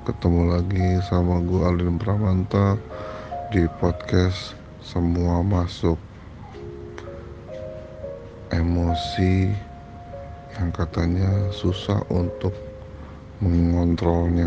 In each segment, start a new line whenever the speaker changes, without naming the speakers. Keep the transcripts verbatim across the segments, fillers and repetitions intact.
ketemu lagi sama gue Alin Pramanta di podcast Semua Masuk. Emosi yang katanya susah untuk mengontrolnya.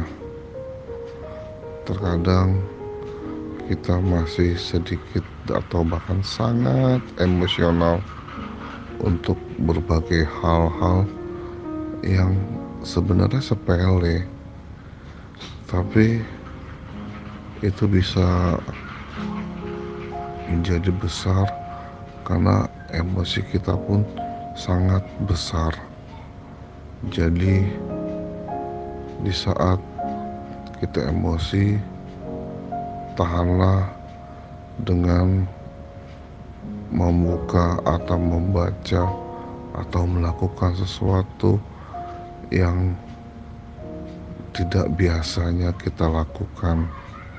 Terkadang kita masih sedikit atau bahkan sangat emosional untuk berbagai hal-hal yang sebenarnya sepele, tapi itu bisa menjadi besar karena emosi kita pun sangat besar. Jadi di saat kita emosi, tahanlah dengan membuka atau membaca atau melakukan sesuatu yang tidak biasanya kita lakukan.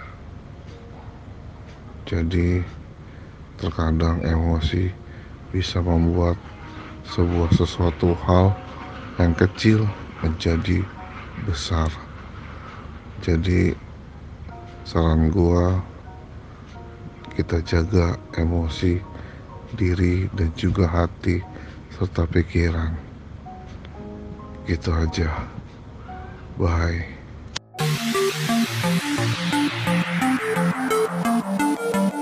Jadi terkadang emosi bisa membuat sebuah sesuatu hal yang kecil menjadi besar. Jadi saran gua, kita jaga emosi diri dan juga hati serta pikiran. Gitu aja. Bye.